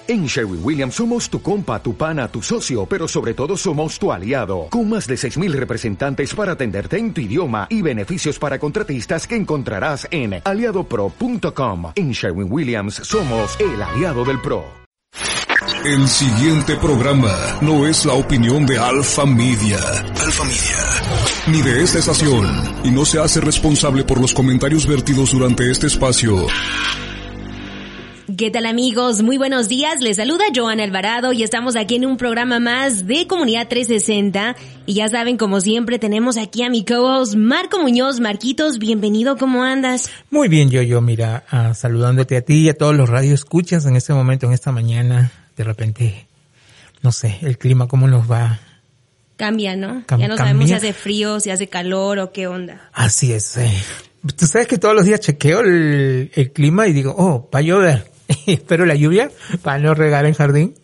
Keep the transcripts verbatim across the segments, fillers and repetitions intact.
En Sherwin-Williams somos tu compa, tu pana, tu socio, pero sobre todo somos tu aliado, con más de seis mil representantes para atenderte en tu idioma y beneficios para contratistas que encontrarás en aliado pro punto com. En Sherwin-Williams somos el aliado del pro. El siguiente programa no es la opinión de Alfa Media, Alfa Media, ni de esta estación, y no se hace responsable por los comentarios vertidos durante este espacio. ¿Qué tal, amigos? Muy buenos días, les saluda Joana Alvarado y estamos aquí en un programa más de Comunidad trescientos sesenta y ya saben, como siempre, tenemos aquí a mi co-host Marco Muñoz. Marquitos, bienvenido, ¿cómo andas? Muy bien, yo, yo, mira, uh, saludándote a ti y a todos los radioescuchas en este momento, en esta mañana, de repente, no sé, el clima cómo nos va. Cambia, ¿no? Cam- ya no cambia. sabemos si hace frío, si hace calor o qué onda. Así es, eh. Tú sabes que todos los días chequeo el, el clima y digo, oh, va a llover. Espero la lluvia para no regar el jardín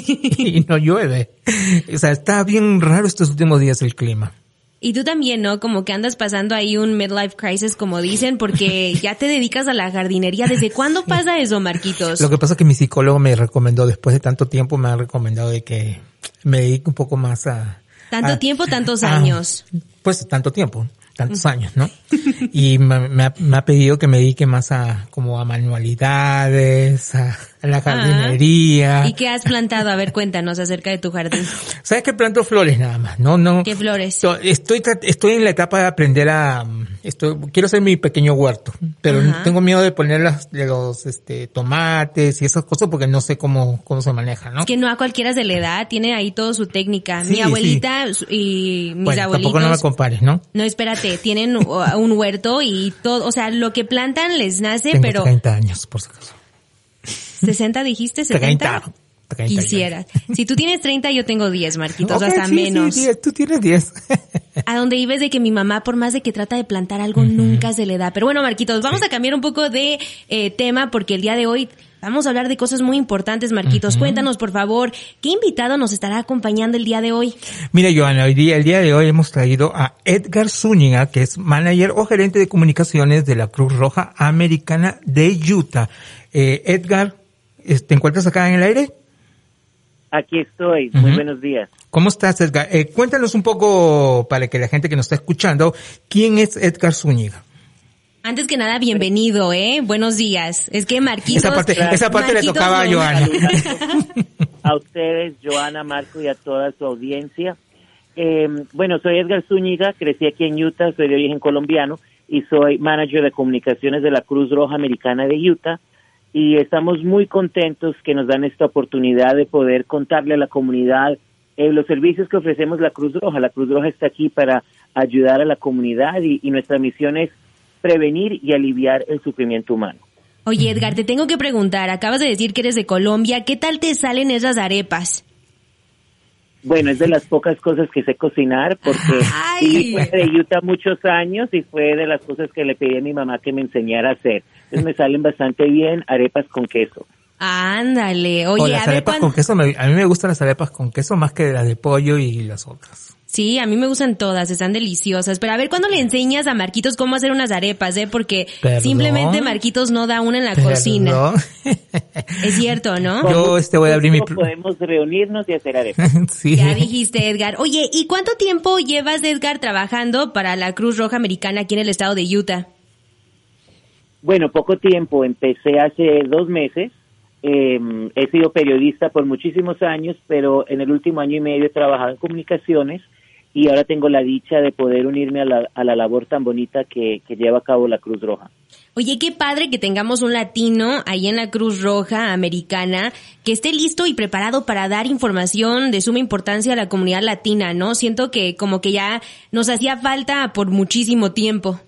y no llueve. O sea, está bien raro estos últimos días el clima. Y tú también, ¿no? Como que andas pasando ahí un midlife crisis, como dicen, porque ya te dedicas a la jardinería. ¿Desde cuándo pasa eso, Marquitos? Lo que pasa es que mi psicólogo me recomendó, después de tanto tiempo, me ha recomendado de que me dedique un poco más a... ¿Tanto a, tiempo, tantos a, años? Pues tanto tiempo. tantos años, ¿no? Y me, me, ha, me ha pedido que me dedique más a como a manualidades, a, a la jardinería. ¿Y qué has plantado? A ver, cuéntanos acerca de tu jardín. ¿Sabes que planto flores nada más? No, no. ¿Qué flores? Estoy estoy en la etapa de aprender a estoy quiero hacer mi pequeño huerto, pero Ajá. tengo miedo de poner las, de los este tomates y esas cosas porque no sé cómo cómo se maneja, ¿no? Es que no a cualquiera se le da, tiene ahí todo su técnica. Sí, mi abuelita sí. y mis bueno, abuelitos. Tampoco no me compares, ¿no? No, espérate, tienen un huerto y todo, o sea, lo que plantan les nace, Tengo pero treinta años, por si acaso. ¿sesenta dijiste? ¿setenta? treinta. Quisieras. Si tú tienes treinta, yo tengo diez, Marquitos, okay, hasta sí, menos. Sí, diez, tú tienes diez. A donde vives de que mi mamá, por más de que trata de plantar algo, uh-huh. nunca se le da. Pero bueno, Marquitos, vamos sí. a cambiar un poco de eh, tema porque el día de hoy vamos a hablar de cosas muy importantes, Marquitos. Uh-huh. Cuéntanos, por favor, ¿qué invitado nos estará acompañando el día de hoy? Mira, Joana, hoy día, el día de hoy hemos traído a Edgar Zúñiga, que es manager o gerente de comunicaciones de la Cruz Roja Americana de Utah. Eh, Edgar, ¿te encuentras acá en el aire? Aquí estoy, muy uh-huh. buenos días. ¿Cómo estás, Edgar? Eh, cuéntanos un poco, para que la gente que nos está escuchando, ¿quién es Edgar Zúñiga? Antes que nada, bienvenido, ¿eh? Buenos días. Es que Marquitos... Esa parte, claro, esa parte Marquitos le tocaba no. a Joana. A ustedes, Joana, Marco y a toda su audiencia. Eh, bueno, soy Edgar Zúñiga, crecí aquí en Utah, soy de origen colombiano y soy manager de comunicaciones de la Cruz Roja Americana de Utah. Y estamos muy contentos que nos dan esta oportunidad de poder contarle a la comunidad eh, los servicios que ofrecemos la Cruz Roja. La Cruz Roja está aquí para ayudar a la comunidad y, y nuestra misión es prevenir y aliviar el sufrimiento humano. Oye, Edgar, te tengo que preguntar, acabas de decir que eres de Colombia, ¿qué tal te salen esas arepas? Bueno, es de las pocas cosas que sé cocinar porque sí, fue de Utah muchos años y fue de las cosas que le pedí a mi mamá que me enseñara a hacer. Entonces me salen bastante bien arepas con queso. Ándale, oye, o las a arepas ver, con queso, me, a mí me gustan las arepas con queso más que las de pollo y las otras. Sí, a mí me gustan todas, están deliciosas. Pero a ver, ¿cuándo le enseñas a Marquitos cómo hacer unas arepas, eh? Porque ¿Perdón? simplemente Marquitos no da una en la ¿Perdón? cocina. Es cierto, ¿no? Yo este voy a abrir mi... Podemos reunirnos y hacer arepas. Sí. Ya dijiste, Edgar. Oye, ¿y cuánto tiempo llevas, Edgar, trabajando para la Cruz Roja Americana aquí en el estado de Utah? Bueno, poco tiempo. Empecé hace dos meses. Eh, he sido periodista por muchísimos años, pero en el último año y medio he trabajado en comunicaciones y ahora tengo la dicha de poder unirme a la, a la labor tan bonita que, que lleva a cabo la Cruz Roja. Oye, qué padre que tengamos un latino ahí en la Cruz Roja Americana que esté listo y preparado para dar información de suma importancia a la comunidad latina, ¿no? Siento que como que ya nos hacía falta por muchísimo tiempo.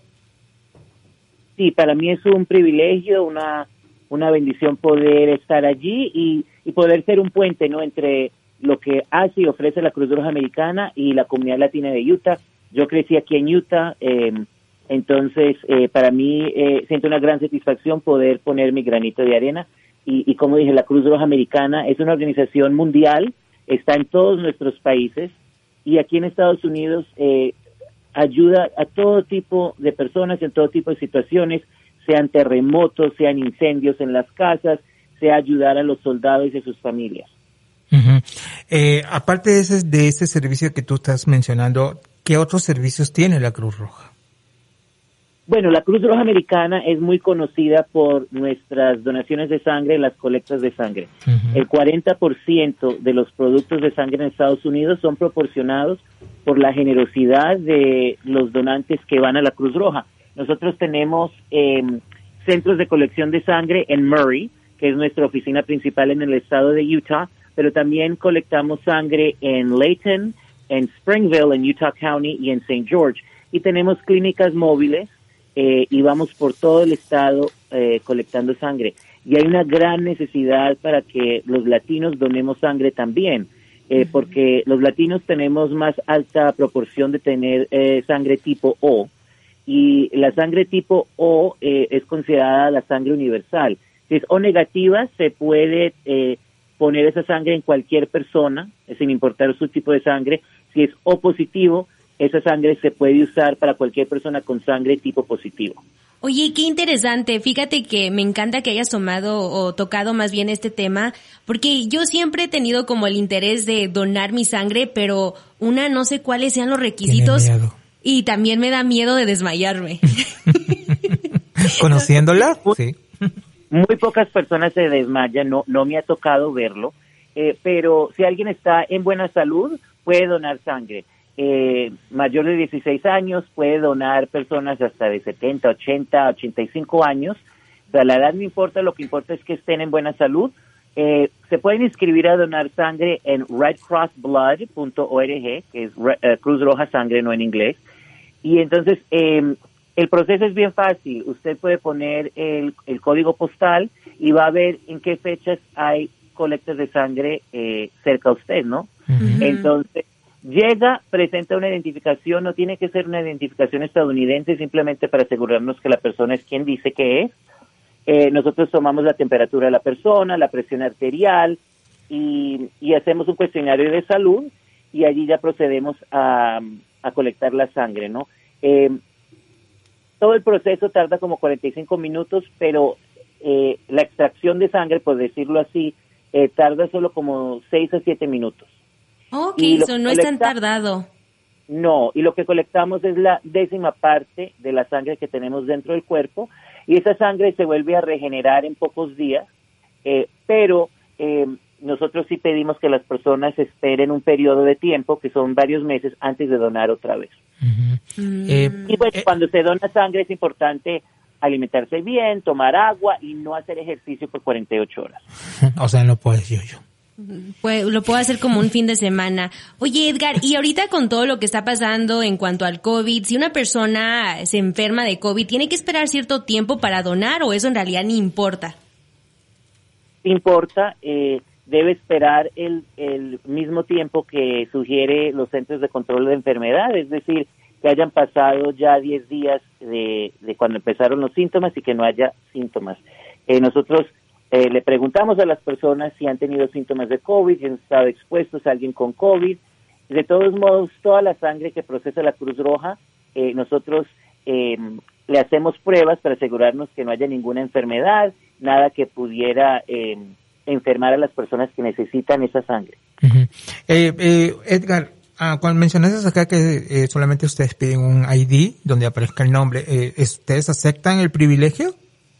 Sí, para mí es un privilegio, una una bendición poder estar allí y, y poder ser un puente, ¿no?, entre lo que hace y ofrece la Cruz Roja Americana y la comunidad latina de Utah. Yo crecí aquí en Utah, eh, entonces eh, para mí eh, siento una gran satisfacción poder poner mi granito de arena y, y como dije, la Cruz Roja Americana es una organización mundial, está en todos nuestros países y aquí en Estados Unidos eh, ayuda a todo tipo de personas en todo tipo de situaciones, sean terremotos, sean incendios en las casas, sea ayudar a los soldados y a sus familias. Uh-huh. Eh, aparte de ese, de ese servicio que tú estás mencionando, ¿qué otros servicios tiene la Cruz Roja? Bueno, la Cruz Roja Americana es muy conocida por nuestras donaciones de sangre, las colectas de sangre. Uh-huh. El cuarenta por ciento de los productos de sangre en Estados Unidos son proporcionados por la generosidad de los donantes que van a la Cruz Roja. Nosotros tenemos eh, centros de colección de sangre en Murray, que es nuestra oficina principal en el estado de Utah, pero también colectamos sangre en Layton, en Springville, en Utah County y en Saint George. Y tenemos clínicas móviles eh, y vamos por todo el estado eh, colectando sangre. Y hay una gran necesidad para que los latinos donemos sangre también, eh, uh-huh. porque los latinos tenemos más alta proporción de tener eh, sangre tipo O, y la sangre tipo O eh, es considerada la sangre universal. Si es O negativa, se puede eh, poner esa sangre en cualquier persona, sin importar su tipo de sangre. Si es O positivo, esa sangre se puede usar para cualquier persona con sangre tipo positivo. Oye, qué interesante. Fíjate que me encanta que hayas tomado o tocado más bien este tema, porque yo siempre he tenido como el interés de donar mi sangre, pero una, no sé cuáles sean los requisitos y también me da miedo de desmayarme. ¿Conociéndola? Sí. Muy pocas personas se desmayan, no, no me ha tocado verlo, eh, pero si alguien está en buena salud, puede donar sangre. Eh, mayor de dieciséis años, puede donar personas hasta de setenta, ochenta, ochenta y cinco años. O sea, la edad no importa, lo que importa es que estén en buena salud. Eh, se pueden inscribir a donar sangre en red cross blood punto org, que es uh, Cruz Roja Sangre, no en inglés. Y entonces, eh, el proceso es bien fácil. Usted puede poner el, el código postal y va a ver en qué fechas hay colectas de sangre eh, cerca a usted, ¿no? Uh-huh. Entonces, llega, presenta una identificación, no tiene que ser una identificación estadounidense, simplemente para asegurarnos que la persona es quien dice que es. Eh, nosotros tomamos la temperatura de la persona, la presión arterial y, y hacemos un cuestionario de salud y allí ya procedemos a, a colectar la sangre, ¿no? Eh, todo el proceso tarda como cuarenta y cinco minutos, pero eh, la extracción de sangre, por decirlo así, eh, tarda solo como seis a siete minutos. Ok, eso no es tan tardado. No, y lo que colectamos es la décima parte de la sangre que tenemos dentro del cuerpo, y esa sangre se vuelve a regenerar en pocos días, eh, pero eh, nosotros sí pedimos que las personas esperen un periodo de tiempo, que son varios meses, antes de donar otra vez. Uh-huh. Mm. Eh, y bueno, eh, cuando se dona sangre es importante alimentarse bien, tomar agua y no hacer ejercicio por cuarenta y ocho horas. O sea, no puedes yo, yo. Pues lo puedo hacer como un fin de semana. Oye, Edgar, y ahorita con todo lo que está pasando en cuanto al COVID, si una persona se enferma de COVID, ¿tiene que esperar cierto tiempo para donar o eso en realidad ni importa? Importa, eh, debe esperar el, el mismo tiempo que sugiere los Centros de Control de Enfermedad, es decir, que hayan pasado ya diez días de, de cuando empezaron los síntomas y que no haya síntomas. Eh, nosotros Eh, le preguntamos a las personas si han tenido síntomas de COVID, si han estado expuestos a alguien con COVID. De todos modos, toda la sangre que procesa la Cruz Roja, eh, nosotros eh, le hacemos pruebas para asegurarnos que no haya ninguna enfermedad, nada que pudiera eh, enfermar a las personas que necesitan esa sangre. Uh-huh. eh, eh, Edgar, ah, cuando mencionaste acá que eh, solamente ustedes piden un I D donde aparezca el nombre, eh, ¿ustedes aceptan el privilegio?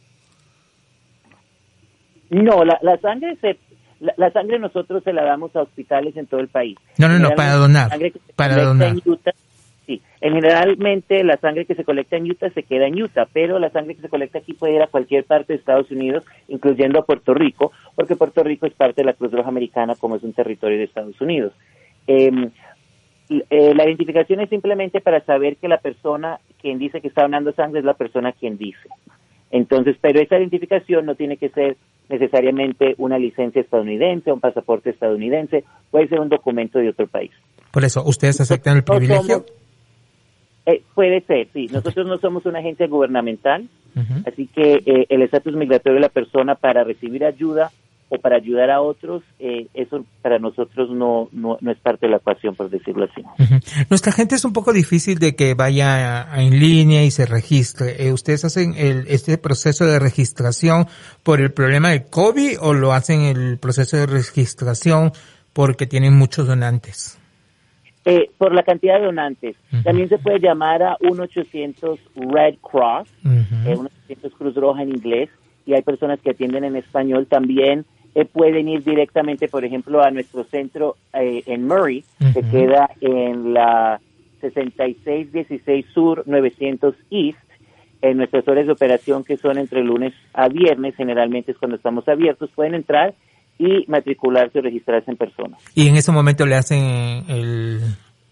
No, la, la sangre se, la, la sangre nosotros se la damos a hospitales en todo el país. No, no, no, para donar. Para donar. En Utah, sí, generalmente la sangre que se colecta en Utah se queda en Utah, pero la sangre que se colecta aquí puede ir a cualquier parte de Estados Unidos, incluyendo a Puerto Rico, porque Puerto Rico es parte de la Cruz Roja Americana, como es un territorio de Estados Unidos. Eh, eh, la identificación es simplemente para saber que la persona quien dice que está donando sangre es la persona quien dice. Entonces, pero esa identificación no tiene que ser necesariamente una licencia estadounidense, un pasaporte estadounidense, puede ser un documento de otro país. Por eso, ¿ustedes aceptan el privilegio? No somos, eh, puede ser, sí. Nosotros no somos una agencia gubernamental, uh-huh. así que eh, el estatus migratorio de la persona para recibir ayuda o para ayudar a otros, eh, eso para nosotros no, no no es parte de la ecuación, por decirlo así. Uh-huh. Nuestra gente es un poco difícil de que vaya a, a en línea y se registre. Eh, ¿Ustedes hacen el, este proceso de registración por el problema del COVID o lo hacen el proceso de registración porque tienen muchos donantes? Eh, por la cantidad de donantes. Uh-huh. También se puede llamar a uno ochocientos Red Cross, uh-huh. eh, uno ochocientos Cruz Roja en inglés, y hay personas que atienden en español también. Eh, pueden ir directamente, por ejemplo, a nuestro centro eh, en Murray, uh-huh. que queda en la sesenta y seis dieciséis Sur novecientos East, en nuestras horas de operación, que son entre lunes a viernes, generalmente es cuando estamos abiertos. Pueden entrar y matricularse o registrarse en persona. Y en ese momento le hacen el,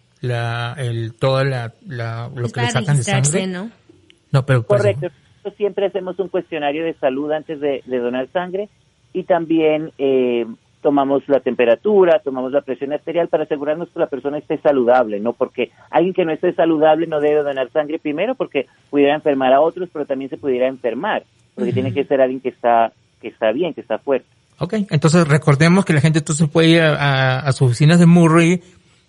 la, el, toda la, la lo es que le sacan de sangre, ¿no? No, pero pues, correcto. Nosotros siempre hacemos un cuestionario de salud antes de, de donar sangre, y también eh, tomamos la temperatura, tomamos la presión arterial para asegurarnos que la persona esté saludable, ¿no? Porque alguien que no esté saludable no debe donar sangre, primero porque pudiera enfermar a otros, pero también se pudiera enfermar, porque uh-huh. tiene que ser alguien que está que está bien, que está fuerte. Okay, entonces recordemos que la gente entonces puede ir a, a sus oficinas de Murray,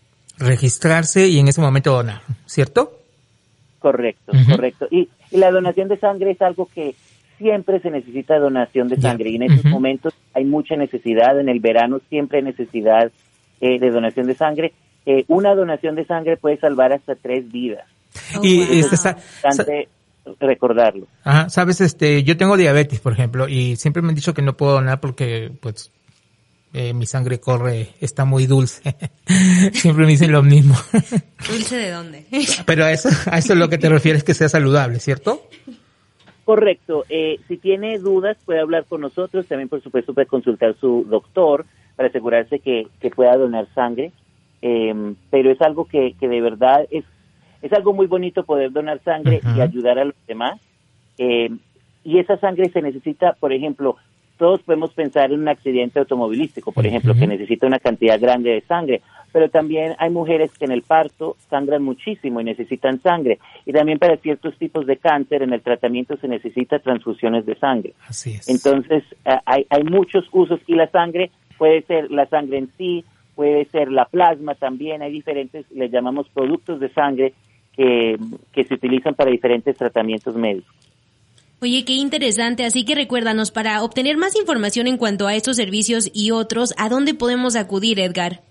registrarse y en ese momento donar, ¿cierto? Correcto, uh-huh. correcto. Y, y la donación de sangre es algo que siempre se necesita donación de sangre, yeah. y en estos uh-huh. momentos hay mucha necesidad. En el verano siempre hay necesidad eh, de donación de sangre. Eh, una donación de sangre puede salvar hasta tres vidas. Oh, y wow. es importante recordarlo. Ajá, sabes, este, yo tengo diabetes, por ejemplo, y siempre me han dicho que no puedo donar porque, pues, eh, mi sangre corre, está muy dulce. Siempre me dicen lo mismo. ¿Dulce de dónde? Pero a eso, a eso es lo que te refieres, que sea saludable, ¿cierto? Correcto. Eh, si tiene dudas, puede hablar con nosotros. También, por supuesto, puede consultar a su doctor para asegurarse que, que pueda donar sangre. Eh, pero es algo que, que de verdad es, es algo muy bonito poder donar sangre uh-huh. y ayudar a los demás. Eh, y esa sangre se necesita, por ejemplo, todos podemos pensar en un accidente automovilístico, por ejemplo, uh-huh. que necesita una cantidad grande de sangre, pero también hay mujeres que en el parto sangran muchísimo y necesitan sangre. Y también para ciertos tipos de cáncer, en el tratamiento se necesita transfusiones de sangre. Así es. Entonces, uh, hay, hay muchos usos, y la sangre puede ser la sangre en sí, puede ser la plasma también. Hay diferentes, les llamamos productos de sangre, que, que se utilizan para diferentes tratamientos médicos. Oye, qué interesante. Así que recuérdanos, para obtener más información en cuanto a estos servicios y otros, ¿a dónde podemos acudir, Edgar?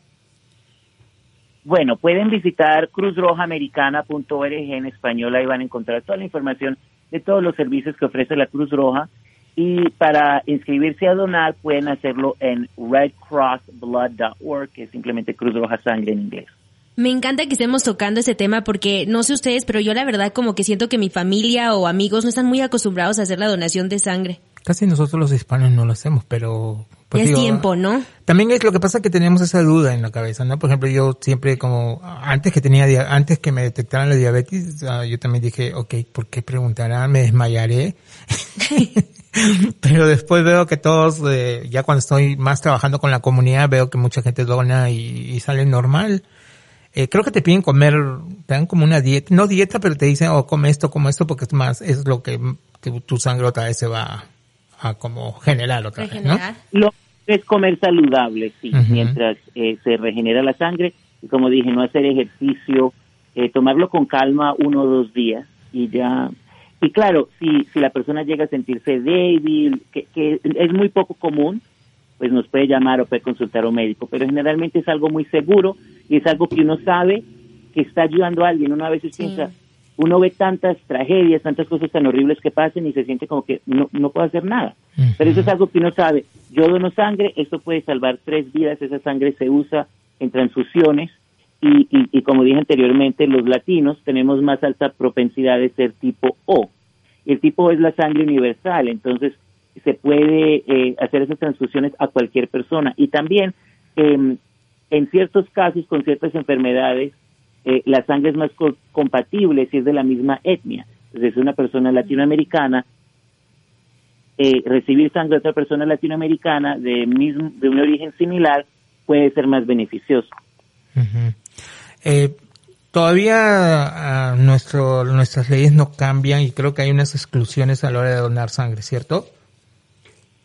Bueno, pueden visitar cruz roja americana punto org en español. Ahí van a encontrar toda la información de todos los servicios que ofrece la Cruz Roja. Y para inscribirse a donar, pueden hacerlo en red cross blood dot org, que es simplemente Cruz Roja Sangre en inglés. Me encanta que estemos tocando ese tema porque, no sé ustedes, pero yo la verdad como que siento que mi familia o amigos no están muy acostumbrados a hacer la donación de sangre. Casi nosotros los hispanos no lo hacemos, pero... Pues ya es digo, tiempo, ¿no? También es lo que pasa que tenemos esa duda en la cabeza, ¿no? Por ejemplo, yo siempre como, antes que tenía, antes que me detectaran la diabetes, uh, yo también dije, okay, ¿por qué preguntarán? ¿Me desmayaré? Pero después veo que todos, eh, ya cuando estoy más trabajando con la comunidad, veo que mucha gente dona y, y sale normal. Eh, creo que te piden comer, te dan como una dieta, no dieta, pero te dicen, oh, come esto, come esto, porque es más, es lo que tu, tu sangre otra vez se va a, a como generar otra Regenerar. vez, ¿no? Lo es comer saludable, sí, uh-huh. mientras eh, se regenera la sangre, y como dije, no hacer ejercicio, eh, tomarlo con calma uno o dos días, y ya, y claro, si, si la persona llega a sentirse débil, que, que es muy poco común, pues nos puede llamar o puede consultar a un médico, pero generalmente es algo muy seguro y es algo que uno sabe que está ayudando a alguien. Uno a veces sí. piensa, uno ve tantas tragedias, tantas cosas tan horribles que pasan y se siente como que no, no puedo hacer nada. Uh-huh. Pero eso es algo que uno sabe. Yo dono sangre, esto puede salvar tres vidas, esa sangre se usa en transfusiones y, y, y como dije anteriormente, los latinos tenemos más alta propensidad de ser tipo O. Y el tipo O es la sangre universal, entonces se puede eh, hacer esas transfusiones a cualquier persona. Y también, eh, en ciertos casos, con ciertas enfermedades, eh, la sangre es más co- compatible si es de la misma etnia. Entonces, una persona latinoamericana, eh, recibir sangre de otra persona latinoamericana de, mismo, de un origen similar puede ser más beneficioso. Uh-huh. Eh, todavía uh, nuestro, nuestras leyes no cambian y creo que hay unas exclusiones a la hora de donar sangre, ¿cierto?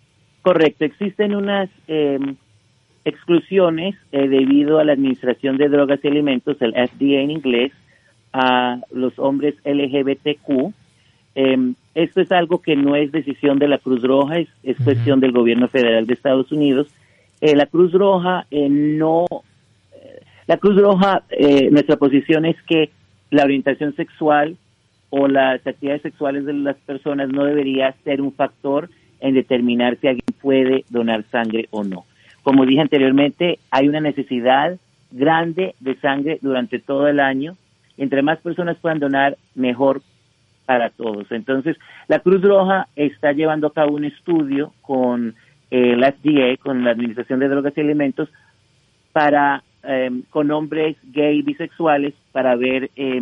Correcto, existen unas eh, exclusiones eh, debido a la Administración de Drogas y Alimentos, el F D A en inglés, a los hombres L G B T Q. Eh, esto es algo que no es decisión de la Cruz Roja, es, es uh-huh. cuestión del gobierno federal de Estados Unidos. Eh, la Cruz Roja eh, no... Eh, la Cruz Roja, eh, nuestra posición es que la orientación sexual o las actividades sexuales de las personas no debería ser un factor en determinar si alguien puede donar sangre o no. Como dije anteriormente, hay una necesidad grande de sangre durante todo el año. Entre más personas puedan donar, mejor para todos. Entonces, la Cruz Roja está llevando a cabo un estudio con eh, la F D A, con la Administración de Drogas y Alimentos, para eh, con hombres gay y bisexuales, para ver eh,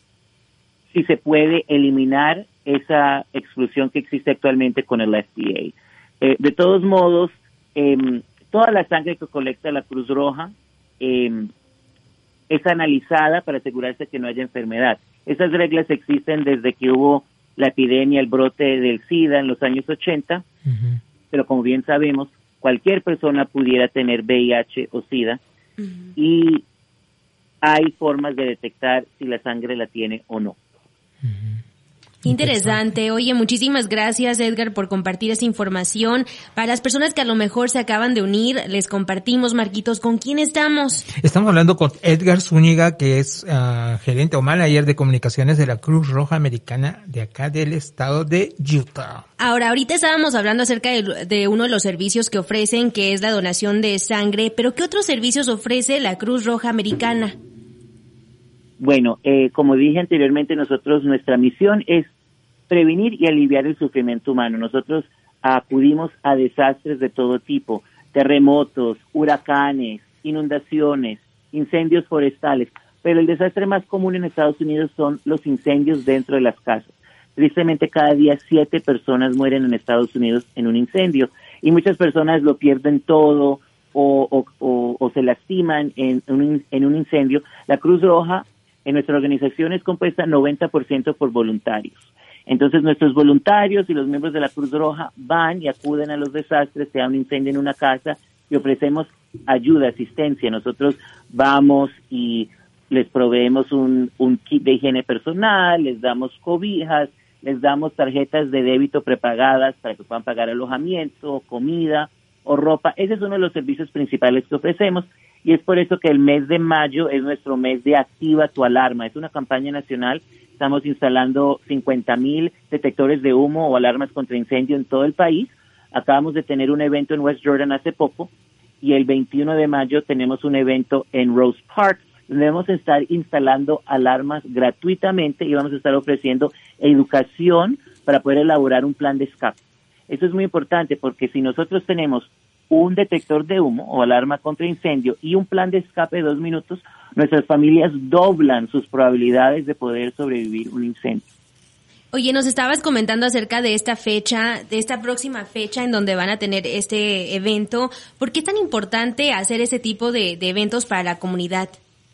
si se puede eliminar esa exclusión que existe actualmente con el F D A. Eh, de todos modos, eh, toda la sangre que colecta la Cruz Roja eh, es analizada para asegurarse que no haya enfermedad. Esas reglas existen desde que hubo la epidemia, el brote del SIDA en los años ochenta, uh-huh. pero como bien sabemos, cualquier persona pudiera tener V I H o SIDA, uh-huh. y hay formas de detectar si la sangre la tiene o no. Uh-huh. Interesante. Oye, muchísimas gracias, Edgar, por compartir esa información. Para las personas que a lo mejor se acaban de unir, les compartimos, Marquitos, ¿con quién estamos? Estamos hablando con Edgar Zúñiga, que es uh, gerente o manager de comunicaciones de la Cruz Roja Americana de acá del estado de Utah. Ahora, ahorita estábamos hablando acerca de, de uno de los servicios que ofrecen, que es la donación de sangre, pero ¿qué otros servicios ofrece la Cruz Roja Americana? Bueno, eh, como dije anteriormente, nosotros, nuestra misión es prevenir y aliviar el sufrimiento humano. Nosotros acudimos a desastres de todo tipo, terremotos, huracanes, inundaciones, incendios forestales, pero el desastre más común en Estados Unidos son los incendios dentro de las casas. Tristemente, cada día siete personas mueren en Estados Unidos en un incendio, y muchas personas lo pierden todo o, o, o, o se lastiman en un, en un incendio. La Cruz Roja en nuestra organización es compuesta noventa por ciento por voluntarios. Entonces, nuestros voluntarios y los miembros de la Cruz Roja van y acuden a los desastres, sea un incendio en una casa, y ofrecemos ayuda, asistencia. Nosotros vamos y les proveemos un, un kit de higiene personal, les damos cobijas, les damos tarjetas de débito prepagadas para que puedan pagar alojamiento, comida o ropa. Ese es uno de los servicios principales que ofrecemos, y es por eso que el mes de mayo es nuestro mes de Activa tu Alarma. Es una campaña nacional. Estamos instalando cincuenta mil detectores de humo o alarmas contra incendio en todo el país. Acabamos de tener un evento en West Jordan hace poco, y el veintiuno de mayo tenemos un evento en Rose Park, donde vamos a estar instalando alarmas gratuitamente y vamos a estar ofreciendo educación para poder elaborar un plan de escape. Eso es muy importante, porque si nosotros tenemos un detector de humo o alarma contra incendio y un plan de escape de dos minutos, nuestras familias doblan sus probabilidades de poder sobrevivir un incendio. Oye, nos estabas comentando acerca de esta fecha, de esta próxima fecha en donde van a tener este evento. ¿Por qué es tan importante hacer ese tipo de, de eventos para la comunidad?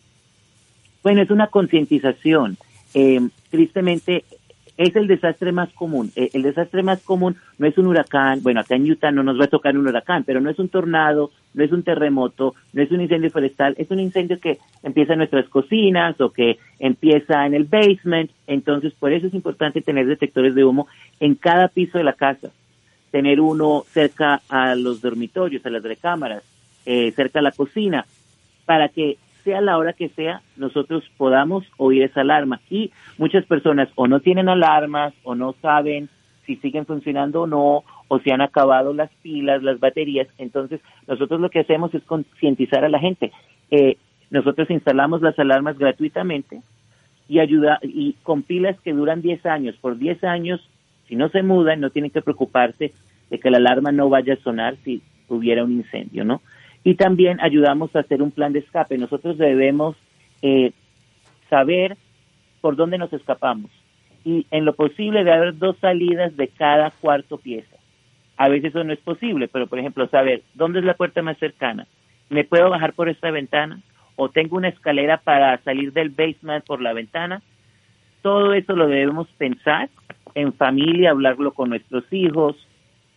Bueno, es una concientización. Eh, tristemente, es el desastre más común. Eh, el desastre más común no es un huracán. Bueno, acá en Utah no nos va a tocar un huracán, pero no es un tornado, no es un terremoto, no es un incendio forestal. Es un incendio que empieza en nuestras cocinas o que empieza en el basement. Entonces, por eso es importante tener detectores de humo en cada piso de la casa. Tener uno cerca a los dormitorios, a las recámaras, eh, cerca a la cocina, para que sea la hora que sea, nosotros podamos oír esa alarma. Y muchas personas o no tienen alarmas o no saben si siguen funcionando o no, o si han acabado las pilas, las baterías. Entonces, nosotros lo que hacemos es concientizar a la gente. Eh, nosotros instalamos las alarmas gratuitamente y ayuda y con pilas que duran diez años. Por diez años, si no se mudan, no tienen que preocuparse de que la alarma no vaya a sonar si hubiera un incendio, ¿no? Y también ayudamos a hacer un plan de escape. Nosotros debemos eh, saber por dónde nos escapamos. Y en lo posible debe haber dos salidas de cada cuarto pieza. A veces eso no es posible, pero por ejemplo, saber dónde es la puerta más cercana. ¿Me puedo bajar por esta ventana? ¿O tengo una escalera para salir del basement por la ventana? Todo eso lo debemos pensar en familia, hablarlo con nuestros hijos,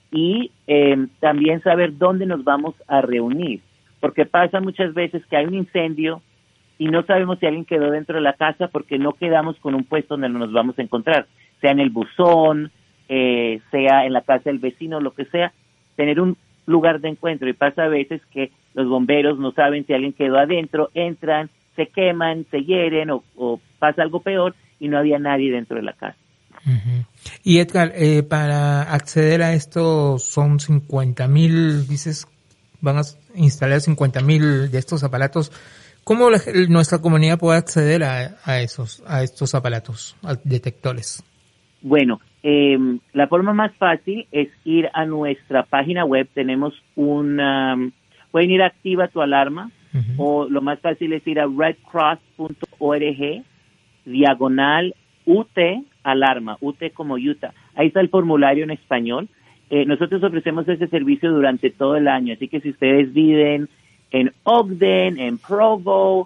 y eh, también saber dónde nos vamos a reunir, porque pasa muchas veces que hay un incendio y no sabemos si alguien quedó dentro de la casa porque no quedamos con un puesto donde nos vamos a encontrar, sea en el buzón, eh, sea en la casa del vecino, lo que sea, tener un lugar de encuentro. Y pasa a veces que los bomberos no saben si alguien quedó adentro, entran, se queman, se hieren o, o pasa algo peor y no había nadie dentro de la casa. Uh-huh. Y Edgar, eh, para acceder a esto son cincuenta mil, dices, van a instalar cincuenta mil de estos aparatos. ¿Cómo la, nuestra comunidad puede acceder a, a esos, a estos aparatos, a detectores? Bueno, eh, la forma más fácil es ir a nuestra página web. Tenemos una, pueden ir a Activa tu Alarma, uh-huh. o lo más fácil es ir a redcross punto org, diagonal U T Alarma, U T como Utah. Ahí está el formulario en español. Eh, nosotros ofrecemos ese servicio durante todo el año, así que si ustedes viven en Ogden, en Provo,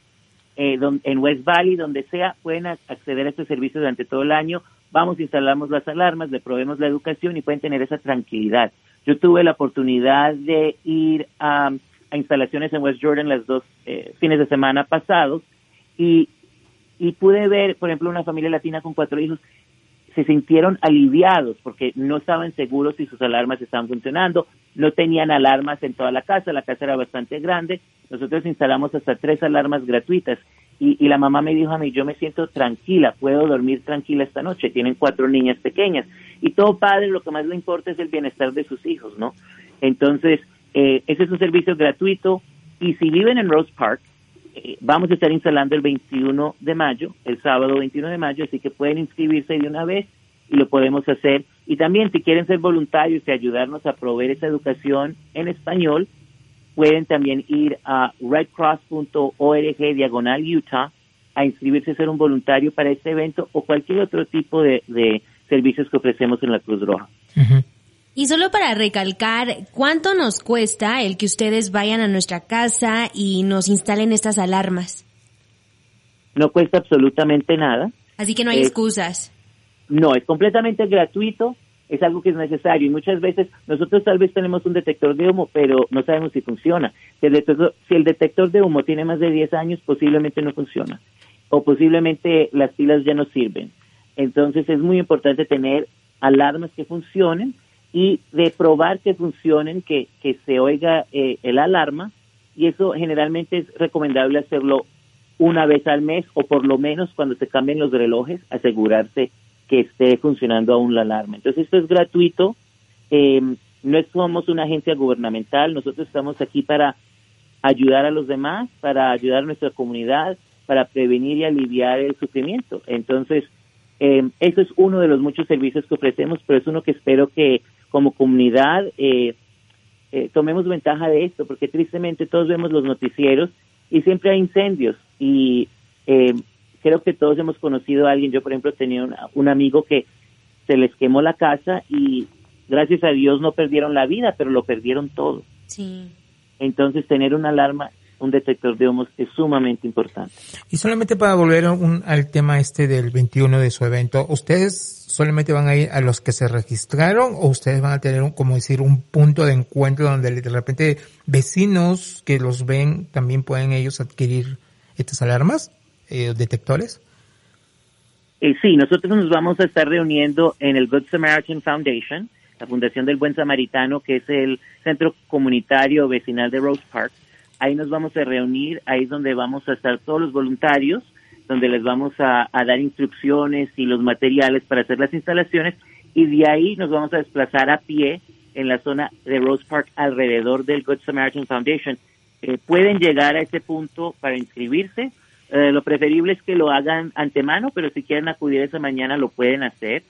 eh, don, en West Valley, donde sea, pueden a- acceder a este servicio durante todo el año. Vamos, instalamos las alarmas, le proveemos la educación y pueden tener esa tranquilidad. Yo tuve la oportunidad de ir a, a instalaciones en West Jordan los dos eh, fines de semana pasados y, y pude ver, por ejemplo, una familia latina con cuatro hijos. Se sintieron aliviados porque no estaban seguros si sus alarmas estaban funcionando, no tenían alarmas en toda la casa, la casa era bastante grande. Nosotros instalamos hasta tres alarmas gratuitas y, y la mamá me dijo a mí, yo me siento tranquila, puedo dormir tranquila esta noche. Tienen cuatro niñas pequeñas y todo padre lo que más le importa es el bienestar de sus hijos, ¿no? Entonces, eh, ese es un servicio gratuito y si viven en Rose Park, eh, vamos a estar instalando el veintiuno de mayo, el sábado veintiuno de mayo, así que pueden inscribirse de una vez y lo podemos hacer. Y también si quieren ser voluntarios y ayudarnos a proveer esa educación en español, pueden también ir a redcross punto org diagonal Utah a inscribirse a ser un voluntario para este evento o cualquier otro tipo de, de servicios que ofrecemos en la Cruz Roja. Uh-huh. Y solo para recalcar, ¿cuánto nos cuesta el que ustedes vayan a nuestra casa y nos instalen estas alarmas? No cuesta absolutamente nada. Así que no hay Eh, excusas. No, es completamente gratuito, es algo que es necesario y muchas veces nosotros tal vez tenemos un detector de humo, pero no sabemos si funciona. Si el detector, si el detector de humo tiene más de diez años, posiblemente no funciona o posiblemente las pilas ya no sirven. Entonces es muy importante tener alarmas que funcionen y de probar que funcionen, que, que se oiga eh, el alarma, y eso generalmente es recomendable hacerlo una vez al mes o por lo menos cuando se cambien los relojes, asegurarse que esté funcionando aún la alarma. Entonces esto es gratuito, eh, no somos una agencia gubernamental, nosotros estamos aquí para ayudar a los demás, para ayudar a nuestra comunidad, para prevenir y aliviar el sufrimiento. Entonces, eh, eso es uno de los muchos servicios que ofrecemos, pero es uno que espero que como comunidad eh, eh, tomemos ventaja de esto, porque tristemente todos vemos los noticieros y siempre hay incendios y eh, creo que todos hemos conocido a alguien. Yo, por ejemplo, tenía una, un amigo que se les quemó la casa y gracias a Dios no perdieron la vida, pero lo perdieron todo. Sí. Entonces, tener una alarma, un detector de humos es sumamente importante. Y solamente para volver un, al tema este del veintiuno de su evento, ¿ustedes solamente van a ir a los que se registraron o ustedes van a tener, un, como decir, un punto de encuentro donde de repente vecinos que los ven también pueden ellos adquirir estas alarmas, eh, detectores? Eh, sí, nosotros nos vamos a estar reuniendo en el Good Samaritan Foundation, la Fundación del Buen Samaritano, que es el centro comunitario vecinal de Rose Park. Ahí nos vamos a reunir, ahí es donde vamos a estar todos los voluntarios, donde les vamos a, a dar instrucciones y los materiales para hacer las instalaciones, y de ahí nos vamos a desplazar a pie en la zona de Rose Park alrededor del Good Samaritan Foundation. Eh, pueden llegar a ese punto para inscribirse. Eh, lo preferible es que lo hagan antemano, pero si quieren acudir esa mañana lo pueden hacer.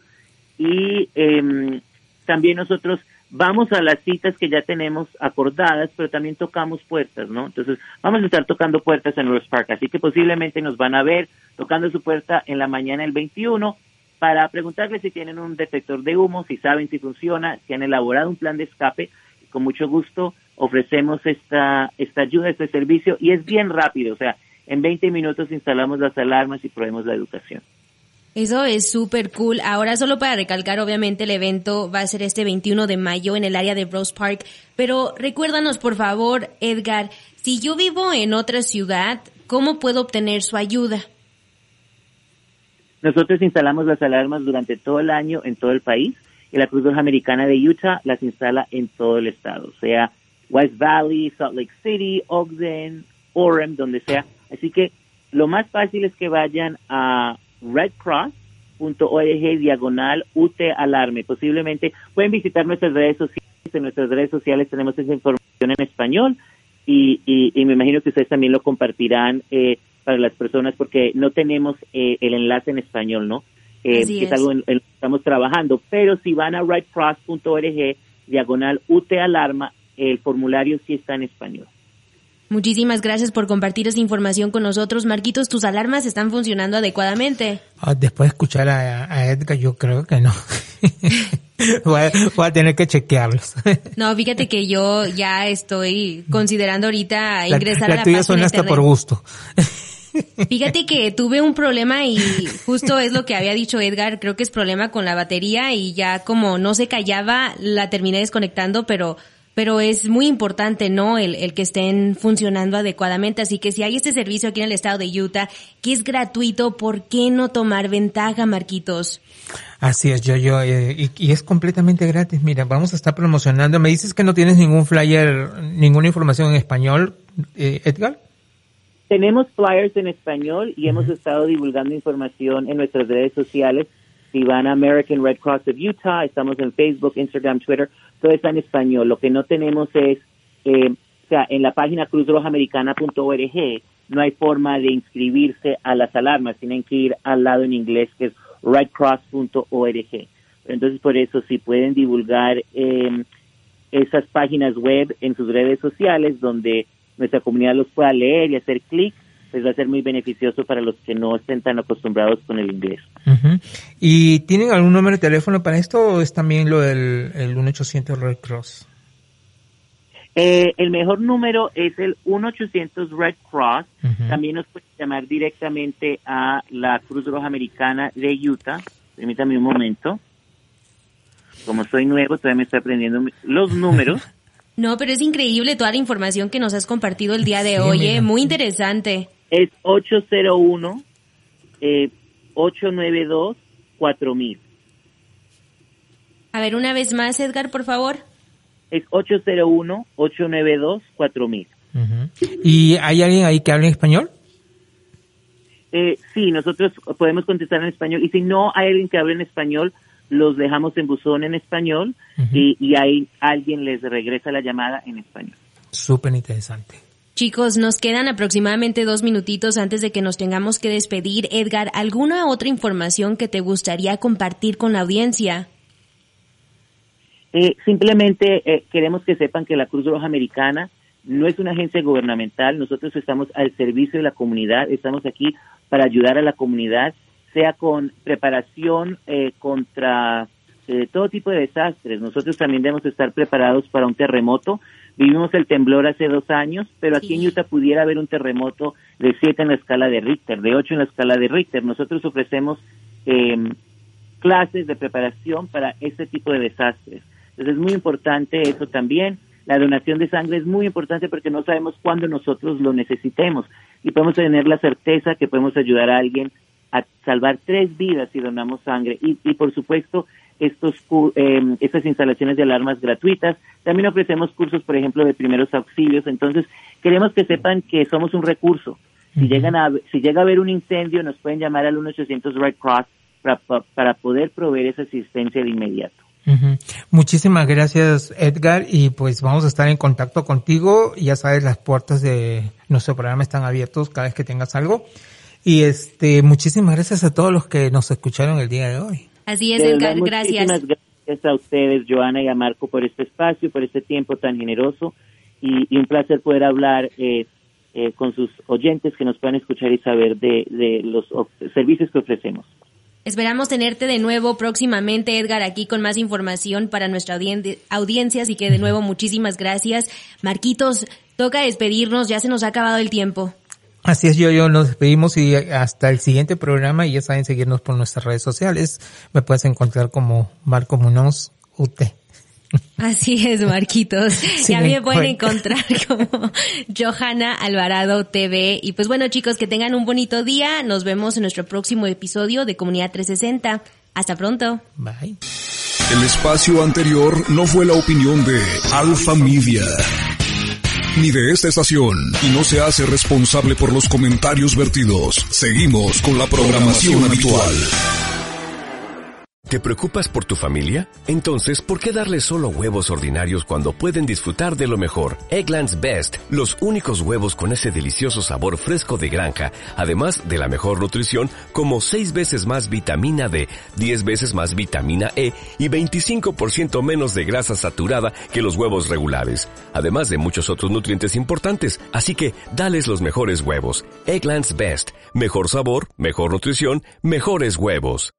Y eh, también nosotros vamos a las citas que ya tenemos acordadas, pero también tocamos puertas, ¿no? Entonces, vamos a estar tocando puertas en Rose Park, así que posiblemente nos van a ver tocando su puerta en la mañana del veintiuno para preguntarles si tienen un detector de humo, si saben si funciona, si han elaborado un plan de escape. Con mucho gusto ofrecemos esta esta ayuda, este servicio, y es bien rápido, o sea, en veinte minutos instalamos las alarmas y proveemos la educación. Eso es súper cool. Ahora, solo para recalcar, obviamente el evento va a ser este veintiuno de mayo en el área de Rose Park, pero recuérdanos por favor, Edgar, si yo vivo en otra ciudad, ¿cómo puedo obtener su ayuda? Nosotros instalamos las alarmas durante todo el año en todo el país y la Cruz Roja Americana de Utah las instala en todo el estado, sea West Valley, Salt Lake City, Ogden, Orem, donde sea. Así que lo más fácil es que vayan a redcross punto org diagonal U T alarme. Posiblemente pueden visitar nuestras redes sociales. En nuestras redes sociales tenemos esa información en español y, y, y me imagino que ustedes también lo compartirán eh, para las personas porque no tenemos eh, el enlace en español, ¿no? Eh, Así que es, es algo en, en lo que estamos trabajando. Pero si van a redcross punto org diagonal U T alarma, el formulario sí está en español. Muchísimas gracias por compartir esa información con nosotros. Marquitos, ¿tus alarmas están funcionando adecuadamente? Ah, después de escuchar a, a Edgar, yo creo que no. voy, a, voy a tener que chequearlos. No, fíjate que yo ya estoy considerando ahorita ingresar la, a la la tuya página suena hasta internet. por gusto. Fíjate que tuve un problema y justo es lo que había dicho Edgar, creo que es problema con la batería y ya como no se callaba, la terminé desconectando, pero pero es muy importante, ¿no? El, el que estén funcionando adecuadamente. Así que si hay este servicio aquí en el estado de Utah, que es gratuito, ¿por qué no tomar ventaja, Marquitos? Así es, yo, yo, eh, y, y es completamente gratis. Mira, vamos a estar promocionando. Me dices que no tienes ningún flyer, ninguna información en español, eh, Edgar. Tenemos flyers en español y uh-huh. hemos estado divulgando información en nuestras redes sociales. Si van a American Red Cross of Utah, estamos en Facebook, Instagram, Twitter, todo está en español. Lo que no tenemos es, eh, o sea, en la página cruz roja americana punto org no hay forma de inscribirse a las alarmas, tienen que ir al lado en inglés que es redcross punto org. Entonces, por eso, si pueden divulgar eh, esas páginas web en sus redes sociales donde nuestra comunidad los pueda leer y hacer clic, pues va a ser muy beneficioso para los que no estén tan acostumbrados con el inglés. Uh-huh. ¿Y tienen algún número de teléfono para esto o es también lo del el uno ochocientos Red Cross? Eh, el mejor número es el uno ochocientos Red Cross. Uh-huh. También nos pueden llamar directamente a la Cruz Roja Americana de Utah. Permítame un momento. Como soy nuevo, todavía me estoy aprendiendo los números. No, pero es increíble toda la información que nos has compartido el día de sí, hoy, eh, muy interesante. Es ocho cero uno, ocho nueve dos, cuatro mil. A ver, una vez más, Edgar, por favor. Es ocho cero uno, ocho nueve dos, cuatro mil. Uh-huh. ¿Y hay alguien ahí que hable en español? Eh, sí, nosotros podemos contestar en español. Y si no hay alguien que hable en español, los dejamos en buzón en español uh-huh. y, y ahí alguien les regresa la llamada en español. Súper interesante. Chicos, nos quedan aproximadamente dos minutitos antes de que nos tengamos que despedir. Edgar, ¿alguna otra información que te gustaría compartir con la audiencia? Eh, simplemente eh, queremos que sepan que la Cruz Roja Americana no es una agencia gubernamental. Nosotros estamos al servicio de la comunidad, estamos aquí para ayudar a la comunidad, sea con preparación eh, contra eh, todo tipo de desastres. Nosotros también debemos estar preparados para un terremoto. Vivimos el temblor hace dos años, pero aquí sí. En Utah pudiera haber un terremoto de siete en la escala de Richter, de ocho en la escala de Richter. Nosotros ofrecemos eh, clases de preparación para este tipo de desastres. Entonces es muy importante eso también. La donación de sangre es muy importante porque no sabemos cuándo nosotros lo necesitemos y podemos tener la certeza que podemos ayudar a alguien a salvar tres vidas si donamos sangre. Y, y por supuesto, estos eh, estas instalaciones de alarmas gratuitas. También ofrecemos cursos, por ejemplo, de primeros auxilios. Entonces, queremos que sepan que somos un recurso. Si uh-huh. llegan a si llega a haber un incendio, nos pueden llamar al uno ochocientos Red Cross para, para poder proveer esa asistencia de inmediato. Uh-huh. Muchísimas gracias, Edgar, y pues vamos a estar en contacto contigo. Ya sabes, las puertas de nuestro programa están abiertas cada vez que tengas algo. Y este, muchísimas gracias a todos los que nos escucharon el día de hoy. Así es, Edgar, verdad, gracias. Muchísimas gracias a ustedes, Joana y a Marco, por este espacio, por este tiempo tan generoso y, y un placer poder hablar eh, eh, con sus oyentes que nos puedan escuchar y saber de, de los of- servicios que ofrecemos. Esperamos tenerte de nuevo próximamente, Edgar, aquí con más información para nuestra audien- audiencia, así que de nuevo muchísimas gracias. Marquitos, toca despedirnos, ya se nos ha acabado el tiempo. Así es, yo, yo nos despedimos y hasta el siguiente programa, y ya saben seguirnos por nuestras redes sociales. Me puedes encontrar como Marco Munoz U T. Así es, Marquitos. Sí, y a mí me pueden encuentro. encontrar como Johanna Alvarado T V. Y pues bueno, chicos, que tengan un bonito día. Nos vemos en nuestro próximo episodio de Comunidad trescientos sesenta. Hasta pronto. Bye. El espacio anterior no fue la opinión de Alfa Media, ni de esta estación, y no se hace responsable por los comentarios vertidos. Seguimos con la programación habitual. ¿Te preocupas por tu familia? Entonces, ¿por qué darles solo huevos ordinarios cuando pueden disfrutar de lo mejor? Eggland's Best, los únicos huevos con ese delicioso sabor fresco de granja, además de la mejor nutrición, como seis veces más vitamina D, diez veces más vitamina E y veinticinco por ciento menos de grasa saturada que los huevos regulares, además de muchos otros nutrientes importantes. Así que, dales los mejores huevos. Eggland's Best, mejor sabor, mejor nutrición, mejores huevos.